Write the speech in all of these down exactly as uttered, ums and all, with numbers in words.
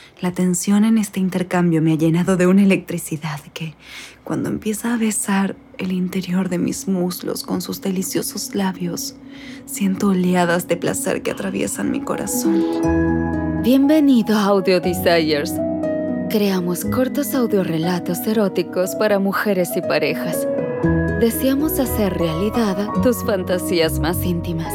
La tensión en este intercambio me ha llenado de una electricidad que, cuando empieza a besar el interior de mis muslos con sus deliciosos labios, siento oleadas de placer que atraviesan mi corazón. Bienvenido a Audio Desires. Creamos cortos audiorelatos eróticos para mujeres y parejas. Deseamos hacer realidad tus fantasías más íntimas.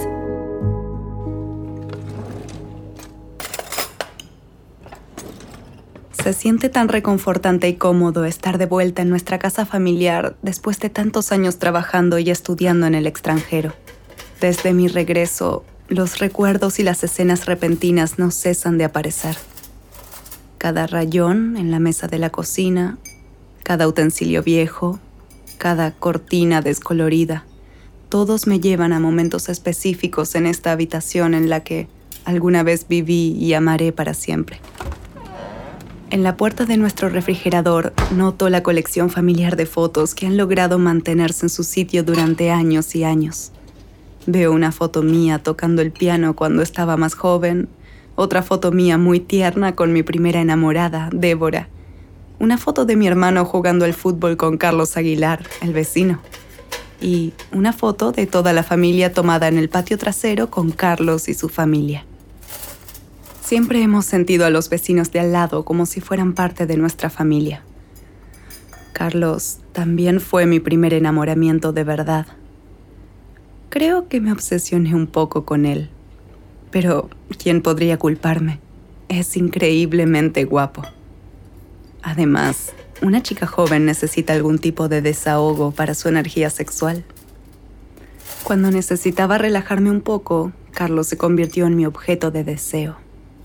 Se siente tan reconfortante y cómodo estar de vuelta en nuestra casa familiar después de tantos años trabajando y estudiando en el extranjero. Desde mi regreso, los recuerdos y las escenas repentinas no cesan de aparecer. Cada rayón en la mesa de la cocina, cada utensilio viejo, cada cortina descolorida, todos me llevan a momentos específicos en esta habitación en la que alguna vez viví y amaré para siempre. En la puerta de nuestro refrigerador noto la colección familiar de fotos que han logrado mantenerse en su sitio durante años y años. Veo una foto mía tocando el piano cuando estaba más joven, otra foto mía muy tierna con mi primera enamorada, Débora, una foto de mi hermano jugando al fútbol con Carlos Aguilar, el vecino, y una foto de toda la familia tomada en el patio trasero con Carlos y su familia. Siempre hemos sentido a los vecinos de al lado como si fueran parte de nuestra familia. Carlos también fue mi primer enamoramiento de verdad. Creo que me obsesioné un poco con él, pero ¿quién podría culparme? Es increíblemente guapo. Además, una chica joven necesita algún tipo de desahogo para su energía sexual. Cuando necesitaba relajarme un poco, Carlos se convirtió en mi objeto de deseo.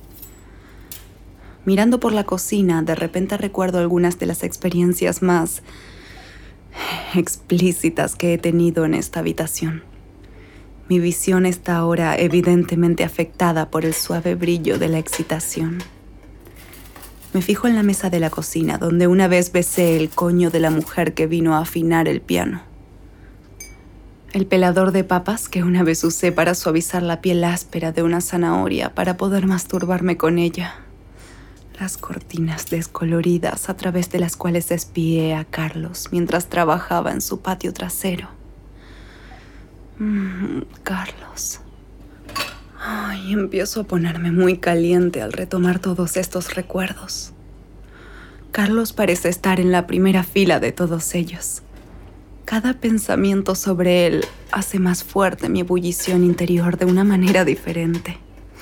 Mirando por la cocina, de repente recuerdo algunas de las experiencias más explícitas que he tenido en esta habitación. Mi visión está ahora evidentemente afectada por el suave brillo de la excitación. Me fijo en la mesa de la cocina, donde una vez besé el coño de la mujer que vino a afinar el piano. El pelador de papas que una vez usé para suavizar la piel áspera de una zanahoria para poder masturbarme con ella. Las cortinas descoloridas a través de las cuales espié a Carlos mientras trabajaba en su patio trasero. Mm, Carlos. Ay, empiezo a ponerme muy caliente al retomar todos estos recuerdos. Carlos parece estar en la primera fila de todos ellos. Cada pensamiento sobre él hace más fuerte mi ebullición interior de una manera diferente.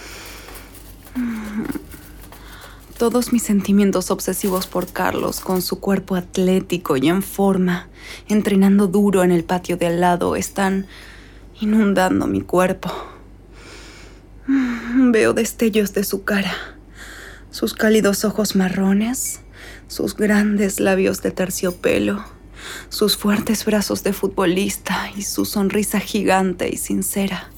Todos mis sentimientos obsesivos por Carlos, con su cuerpo atlético y en forma, entrenando duro en el patio de al lado, están inundando mi cuerpo. Veo destellos de su cara, sus cálidos ojos marrones, sus grandes labios de terciopelo, sus fuertes brazos de futbolista y su sonrisa gigante y sincera.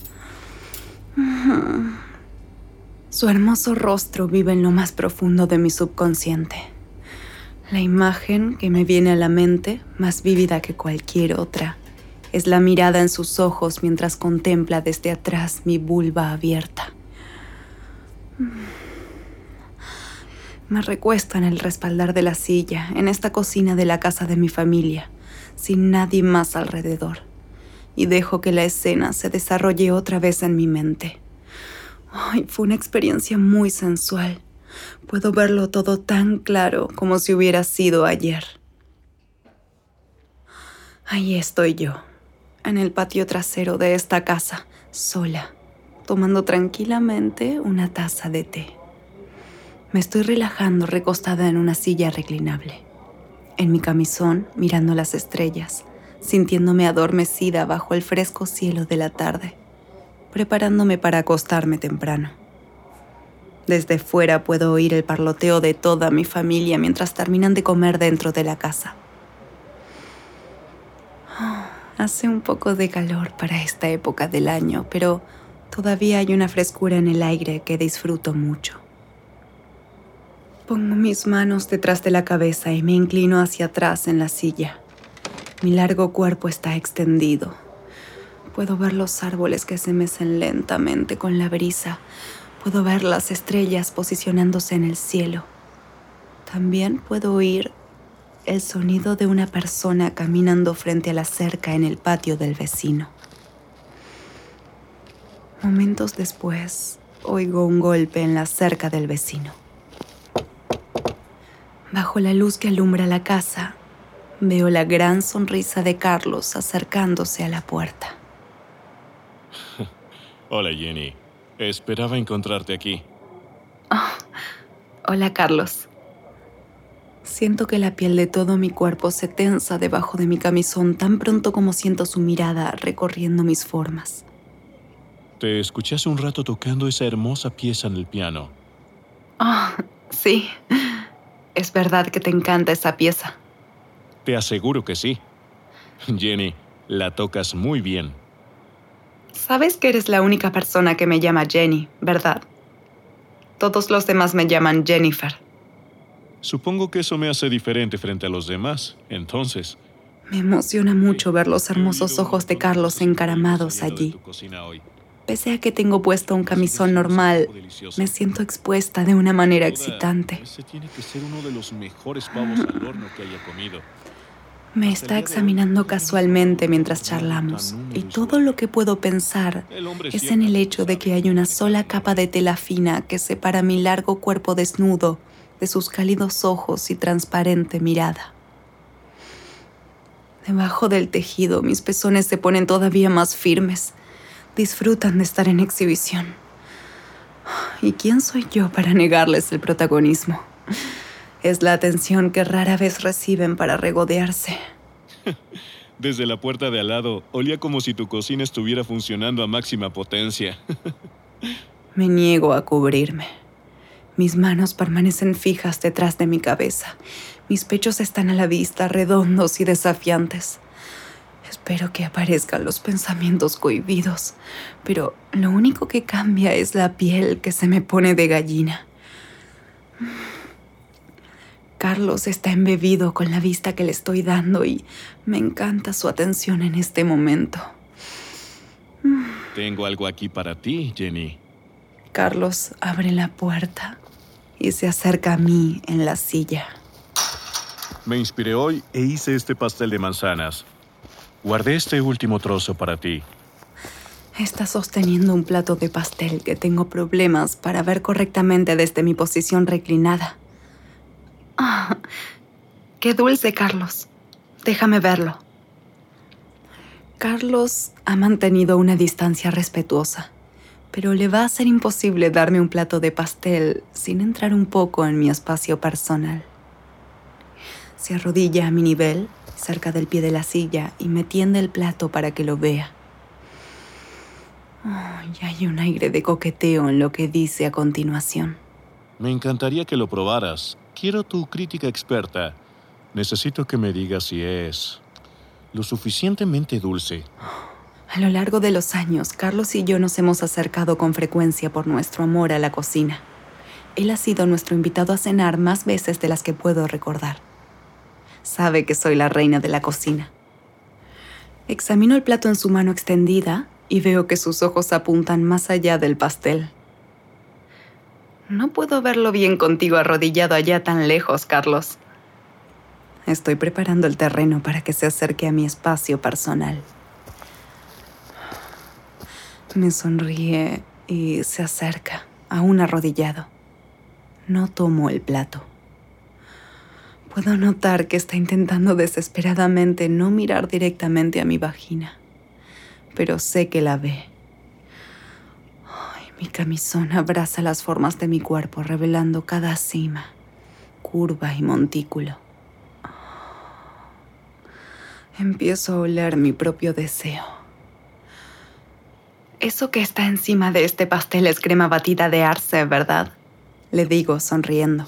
Su hermoso rostro vive en lo más profundo de mi subconsciente. La imagen que me viene a la mente, más vívida que cualquier otra, es la mirada en sus ojos mientras contempla desde atrás mi vulva abierta. Me recuesto en el respaldar de la silla, en esta cocina de la casa de mi familia, sin nadie más alrededor, y dejo que la escena se desarrolle otra vez en mi mente. Ay, fue una experiencia muy sensual. Puedo verlo todo tan claro como si hubiera sido ayer. Ahí estoy yo, en el patio trasero de esta casa, sola, tomando tranquilamente una taza de té. Me estoy relajando recostada en una silla reclinable, en mi camisón mirando las estrellas, sintiéndome adormecida bajo el fresco cielo de la tarde, preparándome para acostarme temprano. Desde fuera puedo oír el parloteo de toda mi familia mientras terminan de comer dentro de la casa. Hace un poco de calor para esta época del año, pero todavía hay una frescura en el aire que disfruto mucho. Pongo mis manos detrás de la cabeza y me inclino hacia atrás en la silla. Mi largo cuerpo está extendido. Puedo ver los árboles que se mecen lentamente con la brisa. Puedo ver las estrellas posicionándose en el cielo También puedo oír el sonido de una persona caminando frente a la cerca en el patio del vecino. Momentos después, oigo un golpe en la cerca del vecino. Bajo la luz que alumbra la casa, veo la gran sonrisa de Carlos acercándose a la puerta. Hola, Jenny. Esperaba encontrarte aquí. Oh, hola, Carlos. Siento que la piel de todo mi cuerpo se tensa debajo de mi camisón tan pronto como siento su mirada recorriendo mis formas. Te escuché hace un rato tocando esa hermosa pieza en el piano. Oh, sí. Es verdad que te encanta esa pieza. Te aseguro que sí. Jenny, la tocas muy bien. Sabes que eres la única persona que me llama Jenny, ¿verdad? Todos los demás me llaman Jennifer. Supongo que eso me hace diferente frente a los demás, entonces. Me emociona mucho ver los hermosos ojos de Carlos encaramados allí. Pese a que tengo puesto un camisón normal, me siento expuesta de una manera excitante. Ese tiene que ser uno de los mejores pavos al horno que haya comido. Me está examinando casualmente mientras charlamos, y todo lo que puedo pensar es en el hecho de que hay una sola capa de tela fina que separa mi largo cuerpo desnudo de sus cálidos ojos y transparente mirada. Debajo del tejido, mis pezones se ponen todavía más firmes. Disfrutan de estar en exhibición. ¿Y quién soy yo para negarles el protagonismo? Es la atención que rara vez reciben para regodearse. Desde la puerta de al lado, olía como si tu cocina estuviera funcionando a máxima potencia. Me niego a cubrirme. Mis manos permanecen fijas detrás de mi cabeza. Mis pechos están a la vista, redondos y desafiantes. Espero que aparezcan los pensamientos cohibidos, pero lo único que cambia es la piel que se me pone de gallina. Carlos está embebido con la vista que le estoy dando y me encanta su atención en este momento. Tengo algo aquí para ti, Jenny. Carlos abre la puerta y se acerca a mí en la silla. Me inspiré hoy e hice este pastel de manzanas. Guardé este último trozo para ti. Está sosteniendo un plato de pastel que tengo problemas para ver correctamente desde mi posición reclinada. ¡Ah! ¡Qué dulce, Carlos! Déjame verlo. Carlos ha mantenido una distancia respetuosa, pero le va a ser imposible darme un plato de pastel sin entrar un poco en mi espacio personal. Se arrodilla a mi nivel, cerca del pie de la silla, y me tiende el plato para que lo vea. Oh, y hay un aire de coqueteo en lo que dice a continuación. Me encantaría que lo probaras. Quiero tu crítica experta. Necesito que me digas si es lo suficientemente dulce. A lo largo de los años, Carlos y yo nos hemos acercado con frecuencia por nuestro amor a la cocina. Él ha sido nuestro invitado a cenar más veces de las que puedo recordar. Sabe que soy la reina de la cocina. Examino el plato en su mano extendida y veo que sus ojos apuntan más allá del pastel. No puedo verlo bien contigo arrodillado allá tan lejos, Carlos. Estoy preparando el terreno para que se acerque a mi espacio personal. Me sonríe y se acerca, aún arrodillado. No tomo el plato. Puedo notar que está intentando desesperadamente no mirar directamente a mi vagina, pero sé que la ve. Ay, mi camisón abraza las formas de mi cuerpo, revelando cada cima, curva y montículo. Empiezo a oler mi propio deseo. Eso que está encima de este pastel es crema batida de arce, ¿verdad? Le digo, sonriendo.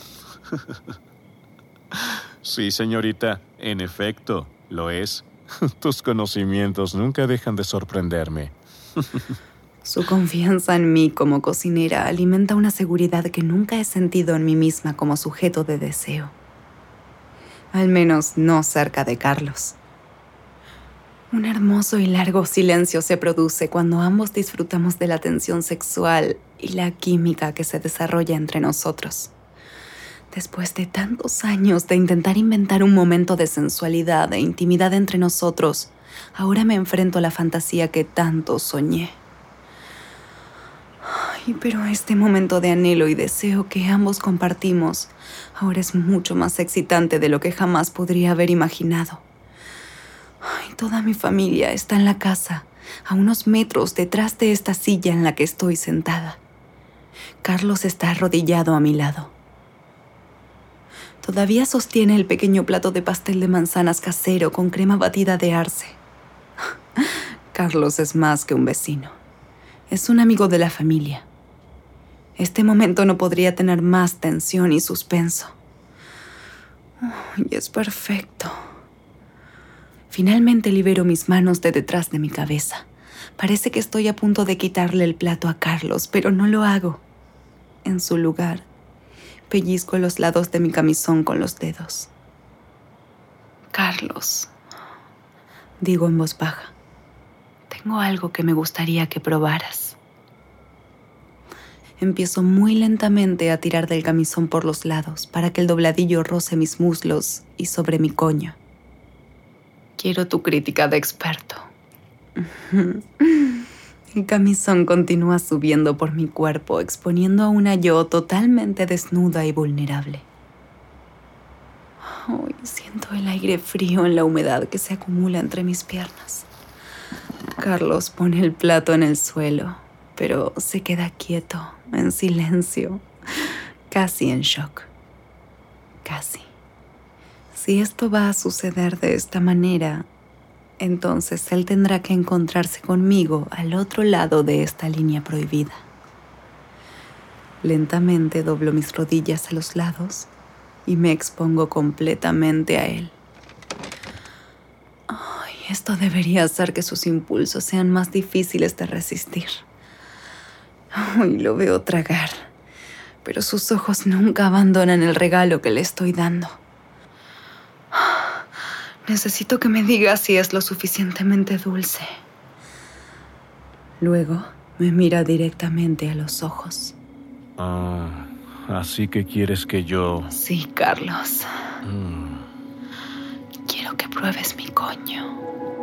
Sí, señorita. En efecto, lo es. Tus conocimientos nunca dejan de sorprenderme. Su confianza en mí como cocinera alimenta una seguridad que nunca he sentido en mí misma como sujeto de deseo. Al menos no cerca de Carlos. Un hermoso y largo silencio se produce cuando ambos disfrutamos de la tensión sexual y la química que se desarrolla entre nosotros. Después de tantos años de intentar inventar un momento de sensualidad e intimidad entre nosotros, ahora me enfrento a la fantasía que tanto soñé. Ay, pero este momento de anhelo y deseo que ambos compartimos ahora es mucho más excitante de lo que jamás podría haber imaginado. Ay, toda mi familia está en la casa, a unos metros detrás de esta silla en la que estoy sentada. Carlos está arrodillado a mi lado. Todavía sostiene el pequeño plato de pastel de manzanas casero con crema batida de arce. Carlos es más que un vecino. Es un amigo de la familia. Este momento no podría tener más tensión y suspenso. Y es perfecto. Finalmente libero mis manos de detrás de mi cabeza. Parece que estoy a punto de quitarle el plato a Carlos, pero no lo hago. En su lugar, pellizco los lados de mi camisón con los dedos. Carlos, digo en voz baja, tengo algo que me gustaría que probaras. Empiezo muy lentamente a tirar del camisón por los lados para que el dobladillo roce mis muslos y sobre mi coño. Quiero tu crítica de experto. El camisón continúa subiendo por mi cuerpo, exponiendo a una yo totalmente desnuda y vulnerable. Ay, siento el aire frío en la humedad que se acumula entre mis piernas. Carlos pone el plato en el suelo, pero se queda quieto, en silencio, casi en shock. Casi. Si esto va a suceder de esta manera, entonces él tendrá que encontrarse conmigo al otro lado de esta línea prohibida. Lentamente doblo mis rodillas a los lados y me expongo completamente a él. Ay, esto debería hacer que sus impulsos sean más difíciles de resistir. Ay, lo veo tragar, pero sus ojos nunca abandonan el regalo que le estoy dando. Necesito que me diga si es lo suficientemente dulce. Luego me mira directamente a los ojos. Ah, así que quieres que yo... Sí, Carlos. Mm. Quiero que pruebes mi coño.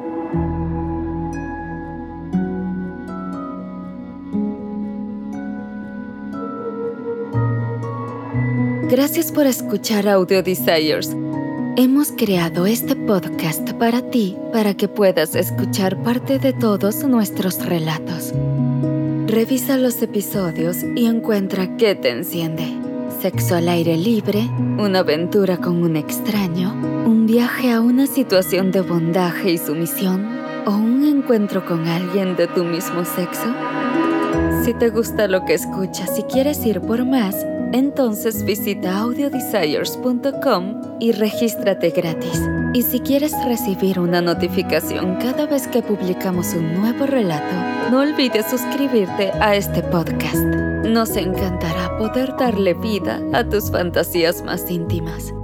Gracias por escuchar Audio Desires. Hemos creado este podcast para ti, para que puedas escuchar parte de todos nuestros relatos. Revisa los episodios y encuentra qué te enciende. Sexo al aire libre, una aventura con un extraño, un viaje a una situación de bondaje y sumisión, o un encuentro con alguien de tu mismo sexo. Si te gusta lo que escuchas y quieres ir por más, entonces visita audio desires punto com y regístrate gratis. Y si quieres recibir una notificación cada vez que publicamos un nuevo relato, no olvides suscribirte a este podcast. Nos encantará poder darle vida a tus fantasías más íntimas.